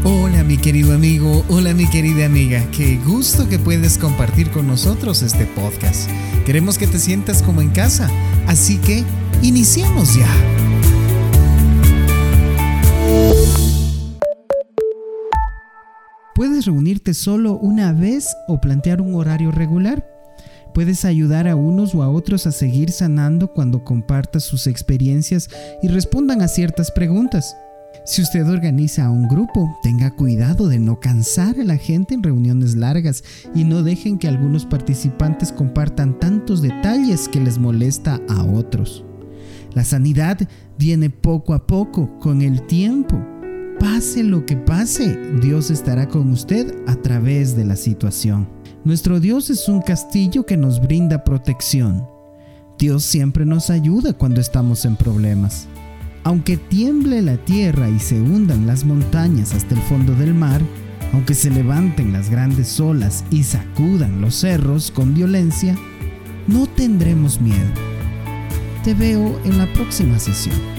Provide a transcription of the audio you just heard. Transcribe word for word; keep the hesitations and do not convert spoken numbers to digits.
Hola mi querido amigo, hola mi querida amiga, qué gusto que puedes compartir con nosotros este podcast. Queremos que te sientas como en casa, así que iniciemos ya. Puedes reunirte solo una vez o plantear un horario regular. Puedes ayudar a unos o a otros a seguir sanando cuando compartas sus experiencias y respondan a ciertas preguntas. Si usted organiza un grupo, tenga cuidado de no cansar a la gente en reuniones largas y no dejen que algunos participantes compartan tantos detalles que les molesta a otros. La sanidad viene poco a poco, con el tiempo. Pase lo que pase, Dios estará con usted a través de la situación. Nuestro Dios es un castillo que nos brinda protección. Dios siempre nos ayuda cuando estamos en problemas. Aunque tiemble la tierra y se hundan las montañas hasta el fondo del mar, aunque se levanten las grandes olas y sacudan los cerros con violencia, no tendremos miedo. Te veo en la próxima sesión.